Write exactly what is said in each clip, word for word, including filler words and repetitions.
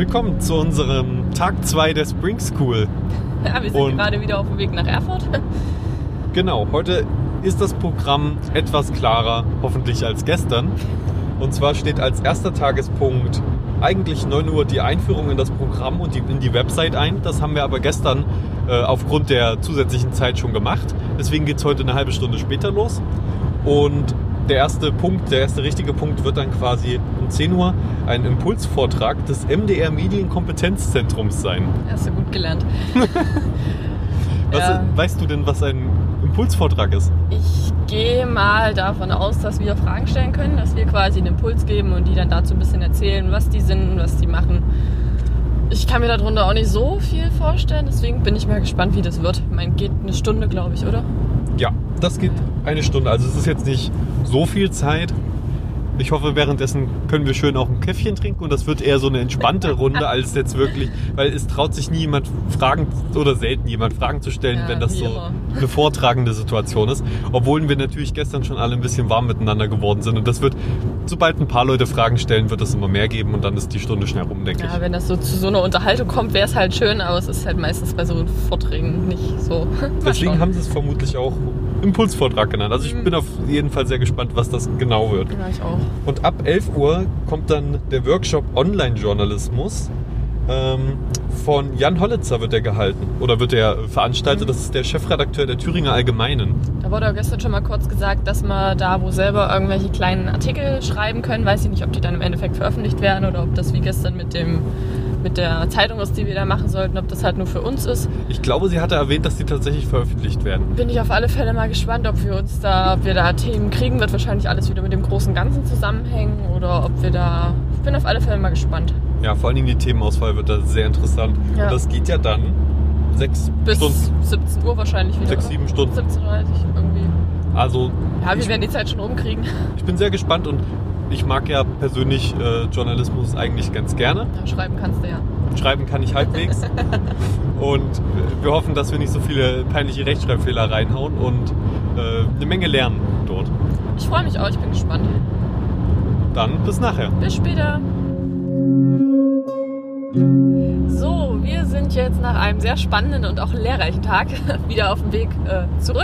Willkommen zu unserem Tag zwei der Spring School. Ja, wir sind Und gerade wieder auf dem Weg nach Erfurt. Genau, heute ist das Programm etwas klarer, hoffentlich als gestern. Und zwar steht als erster Tagespunkt eigentlich neun Uhr die Einführung in das Programm und die, in die Website ein. Das haben wir aber gestern äh, aufgrund der zusätzlichen Zeit schon gemacht. Deswegen geht es heute eine halbe Stunde später los. Und der erste Punkt, der erste richtige Punkt wird dann quasi um zehn Uhr ein Impulsvortrag des M D R Medienkompetenzzentrums sein. Hast du gut gelernt. was, ja. Weißt du denn, was ein Impulsvortrag ist? Ich gehe mal davon aus, dass wir Fragen stellen können, dass wir quasi einen Impuls geben und die dann dazu ein bisschen erzählen, was die sind, was die machen. Ich kann mir darunter auch nicht so viel vorstellen, deswegen bin ich mal gespannt, wie das wird. Man geht eine Stunde, glaube ich, oder? Ja, das geht eine Stunde. Also es ist jetzt nicht so viel Zeit. Ich hoffe, währenddessen können wir schön auch ein Käffchen trinken und das wird eher so eine entspannte Runde als jetzt wirklich, weil es traut sich nie jemand Fragen oder selten jemand Fragen zu stellen, ja, wenn das so immer eine vortragende Situation ist. Obwohl wir natürlich gestern schon alle ein bisschen warm miteinander geworden sind und das wird, sobald ein paar Leute Fragen stellen, wird es immer mehr geben und dann ist die Stunde schnell rum, denke ich. Ja, wenn das so zu so einer Unterhaltung kommt, wäre es halt schön, aber es ist halt meistens bei so Vorträgen nicht so. Deswegen haben sie es vermutlich auch Impulsvortrag genannt. Also ich bin auf jeden Fall sehr gespannt, was das genau wird. Ja, ich auch. Und ab elf Uhr kommt dann der Workshop Online-Journalismus. Ähm, von Jan Hollitzer wird er gehalten oder wird er veranstaltet. Das ist der Chefredakteur der Thüringer Allgemeinen. Da wurde ja gestern schon mal kurz gesagt, dass man da wo selber irgendwelche kleinen Artikel schreiben können. Weiß ich nicht, ob die dann im Endeffekt veröffentlicht werden oder ob das wie gestern mit dem mit der Zeitung ist, die wir da machen sollten, ob das halt nur für uns ist. Ich glaube, sie hatte erwähnt, dass die tatsächlich veröffentlicht werden. Bin ich auf alle Fälle mal gespannt, ob wir uns da, ob wir da Themen kriegen, wird wahrscheinlich alles wieder mit dem großen Ganzen zusammenhängen oder ob wir da, ich bin auf alle Fälle mal gespannt. Ja, vor allen Dingen die Themenauswahl wird da sehr interessant. Ja. Und das geht ja dann sechs bis Stunden. siebzehn Uhr wahrscheinlich wieder. Sechs, sieben Stunden. siebzehn Uhr dreißig irgendwie. Also. Ja, wir ich, werden die Zeit schon rumkriegen. Ich bin sehr gespannt und ich mag ja persönlich äh, Journalismus eigentlich ganz gerne. Ja, schreiben kannst du ja. Schreiben kann ich halbwegs. Und wir hoffen, dass wir nicht so viele peinliche Rechtschreibfehler reinhauen und äh, eine Menge lernen dort. Ich freue mich auch, ich bin gespannt. Dann bis nachher. Bis später. So, wir sind jetzt nach einem sehr spannenden und auch lehrreichen Tag wieder auf dem Weg äh, zurück.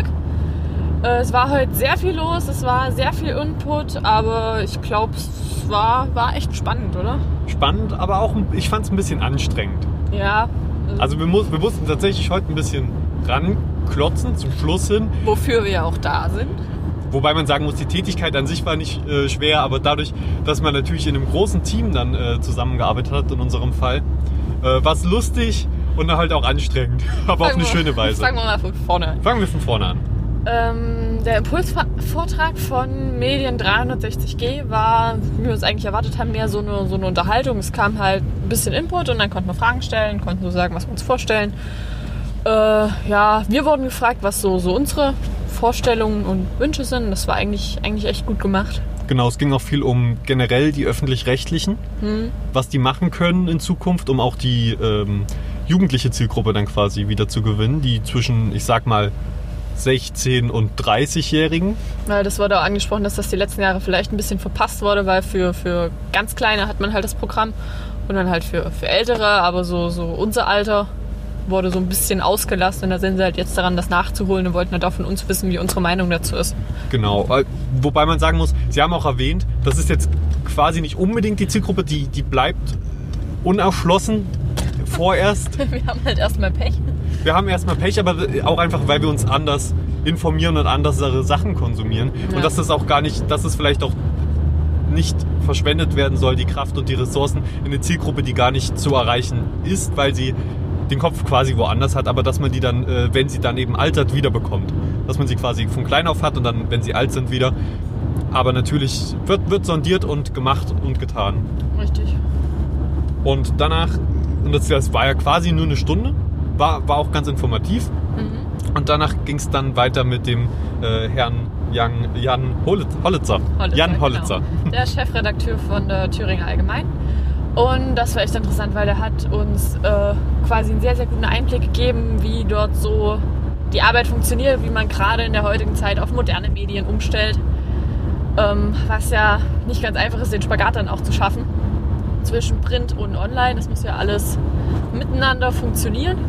Äh, es war heute sehr viel los, es war sehr viel Input, aber ich glaube, es war, war echt spannend, oder? Spannend, aber auch, ich fand es ein bisschen anstrengend. Ja. Also wir, muss, wir mussten tatsächlich heute ein bisschen ranklotzen zum Schluss hin. Wofür wir ja auch da sind. Wobei man sagen muss, die Tätigkeit an sich war nicht äh, schwer, aber dadurch, dass man natürlich in einem großen Team dann äh, zusammengearbeitet hat, in unserem Fall, äh, war es lustig und halt auch anstrengend, aber auf eine wir, schöne Weise. Fangen wir mal von vorne an. Fangen wir von vorne an. Ähm, der Impulsvortrag von Medien dreihundertsechzig G war, wie wir es eigentlich erwartet haben, mehr so eine, so eine Unterhaltung. Es kam halt ein bisschen Input und dann konnten wir Fragen stellen, konnten so sagen, was wir uns vorstellen. Äh, ja, wir wurden gefragt, was so, so unsere Vorstellungen und Wünsche sind. Das war eigentlich, eigentlich echt gut gemacht. Genau, es ging auch viel um generell die Öffentlich-Rechtlichen, hm. was die machen können in Zukunft, um auch die ähm, jugendliche Zielgruppe dann quasi wieder zu gewinnen, die zwischen, ich sag mal, sechzehn- und dreißigjährigen. Weil das wurde auch angesprochen, dass das die letzten Jahre vielleicht ein bisschen verpasst wurde, weil für, für ganz Kleine hat man halt das Programm und dann halt für, für Ältere, aber so, so unser Alter wurde so ein bisschen ausgelassen und da sind sie halt jetzt daran, das nachzuholen und wollten halt auch von uns wissen, wie unsere Meinung dazu ist. Genau, wobei man sagen muss, sie haben auch erwähnt, das ist jetzt quasi nicht unbedingt die Zielgruppe, die, die bleibt unerschlossen vorerst. Wir haben halt erstmal Pech. Wir haben erstmal Pech, aber auch einfach, weil wir uns anders informieren und andere Sachen konsumieren. Ja. Und dass das auch gar nicht, dass es vielleicht auch nicht verschwendet werden soll, die Kraft und die Ressourcen in eine Zielgruppe, die gar nicht zu erreichen ist, weil sie den Kopf quasi woanders hat, aber dass man die dann, wenn sie dann eben altert, wiederbekommt. Dass man sie quasi von klein auf hat und dann, wenn sie alt sind, wieder. Aber natürlich wird, wird sondiert und gemacht und getan. Richtig. Und danach, und das, das war ja quasi nur eine Stunde, War, war auch ganz informativ. Mhm. Und danach ging es dann weiter mit dem äh, Herrn Jan, Jan Hollitzer. Hollitzer. Jan Hollitzer. Genau. Der Chefredakteur von der Thüringer Allgemeinen. Und das war echt interessant, weil der hat uns äh, quasi einen sehr, sehr guten Einblick gegeben, wie dort so die Arbeit funktioniert, wie man gerade in der heutigen Zeit auf moderne Medien umstellt. Ähm, was ja nicht ganz einfach ist, den Spagat dann auch zu schaffen zwischen Print und Online. Das muss ja alles miteinander funktionieren.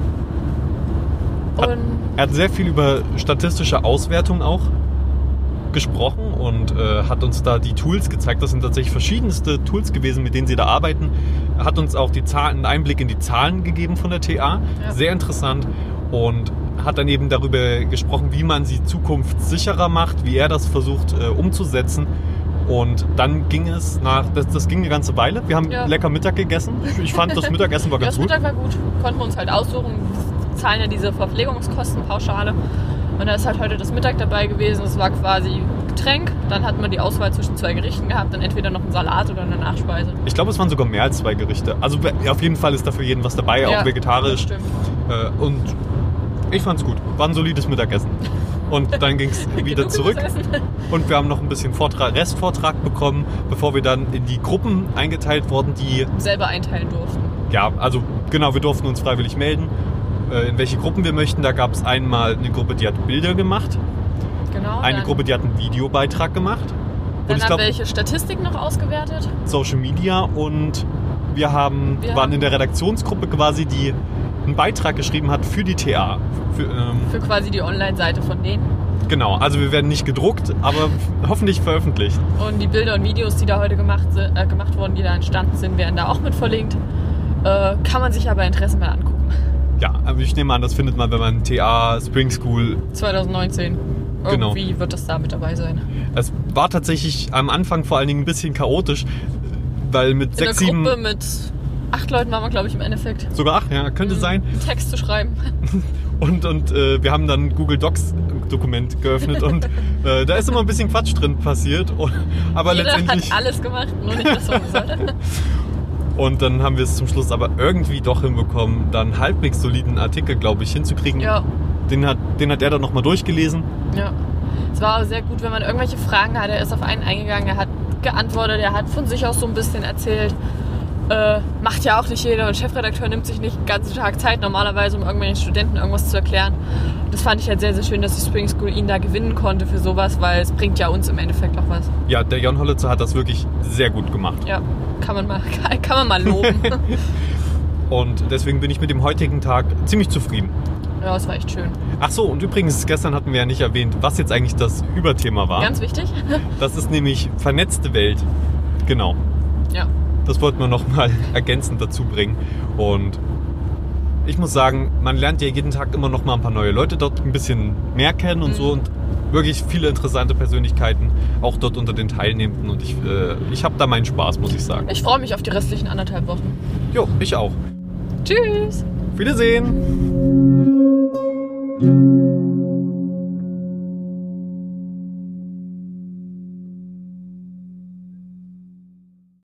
Hat, Und er hat sehr viel über statistische Auswertung auch gesprochen und äh, hat uns da die Tools gezeigt. Das sind tatsächlich verschiedenste Tools gewesen, mit denen sie da arbeiten. Er hat uns auch die Zahlen, einen Einblick in die Zahlen gegeben von der T A. Ja. Sehr interessant. Und hat dann eben darüber gesprochen, wie man sie zukunftssicherer macht, wie er das versucht äh, umzusetzen. Und dann ging es nach, das, das ging eine ganze Weile. Wir haben Ja. lecker Mittag gegessen. Ich fand, das Mittagessen war ja, ganz das gut. Mittag war gut. Konnten wir uns halt aussuchen. Wir zahlen ja diese Verpflegungskostenpauschale. Und da ist halt heute das Mittag dabei gewesen. Es war quasi Getränk. Dann hatten wir die Auswahl zwischen zwei Gerichten gehabt. Dann entweder noch einen Salat oder eine Nachspeise. Ich glaube, es waren sogar mehr als zwei Gerichte. Also auf jeden Fall ist da für jeden was dabei, Ja, auch vegetarisch. Stimmt. Äh, und ich fand's gut. War ein solides Mittagessen. Und dann ging es wieder Genug zurück. übers Essen. Und wir haben noch ein bisschen Vortrag, Restvortrag bekommen, bevor wir dann in die Gruppen eingeteilt wurden, die, Selber einteilen durften. ja, also genau, wir durften uns freiwillig melden, äh, in welche Gruppen wir möchten. Da gab es einmal eine Gruppe, die hat Bilder gemacht, Genau. eine dann, Gruppe, die hat einen Videobeitrag gemacht. Und Dann ich haben glaube, welche Statistik noch ausgewertet. Social Media, und wir haben, Wir waren haben- in der Redaktionsgruppe quasi, die einen Beitrag geschrieben hat für die T A. Für, ähm, Für quasi die Online-Seite von denen. genau, also wir werden nicht gedruckt, aber hoffentlich veröffentlicht. Und die Bilder und Videos, die da heute gemacht, si- äh, gemacht wurden, die da entstanden sind, werden da auch mit verlinkt. Äh, kann man sich aber Interesse mal angucken. Ja, aber ich nehme an, das findet man, wenn man T A, Spring School. zwanzig neunzehn. Genau. Irgendwie wird das da mit dabei sein. Es war tatsächlich am Anfang vor allen Dingen ein bisschen chaotisch, weil mit In sechs, der sieben, Gruppe mit acht Leuten waren wir, glaube ich, im Endeffekt. sogar acht, ja, könnte Mhm. sein. Einen Text zu schreiben. Und, und äh, wir haben dann ein Google Docs Dokument geöffnet und äh, da ist immer ein bisschen Quatsch drin passiert. Und, aber Jeder letztendlich. hat alles gemacht, nur nicht das, was man sollte. Und dann haben wir es zum Schluss aber irgendwie doch hinbekommen, dann einen halbwegs soliden Artikel, glaube ich, hinzukriegen. Ja, Den hat, den hat er dann nochmal durchgelesen. ja. Es war sehr gut, wenn man irgendwelche Fragen hatte. Er ist auf einen eingegangen, er hat geantwortet, er hat von sich aus so ein bisschen erzählt. Äh, macht ja auch nicht jeder. Und Chefredakteur nimmt sich nicht den ganzen Tag Zeit normalerweise, um irgendwelchen Studenten irgendwas zu erklären. Das fand ich halt sehr, sehr schön, dass die Spring School ihn da gewinnen konnte für sowas, weil es bringt ja uns im Endeffekt auch was. Ja, der Jon Hollitzer hat das wirklich sehr gut gemacht. Ja, kann man mal, kann, kann man mal loben. Und deswegen bin ich mit dem heutigen Tag ziemlich zufrieden. Ja, es war echt schön. Ach so, und übrigens, gestern hatten wir ja nicht erwähnt, was jetzt eigentlich das Überthema war. Ganz wichtig. Das ist nämlich vernetzte Welt. Genau. Ja. Das wollten wir nochmal ergänzend dazu bringen. Und ich muss sagen, man lernt ja jeden Tag immer noch mal ein paar neue Leute dort ein bisschen mehr kennen und Mhm. so. Und wirklich viele interessante Persönlichkeiten auch dort unter den Teilnehmenden. Und ich, äh, ich habe da meinen Spaß, muss ich sagen. Ich freue mich auf die restlichen anderthalb Wochen. Jo, ich auch. Tschüss! Wiedersehen!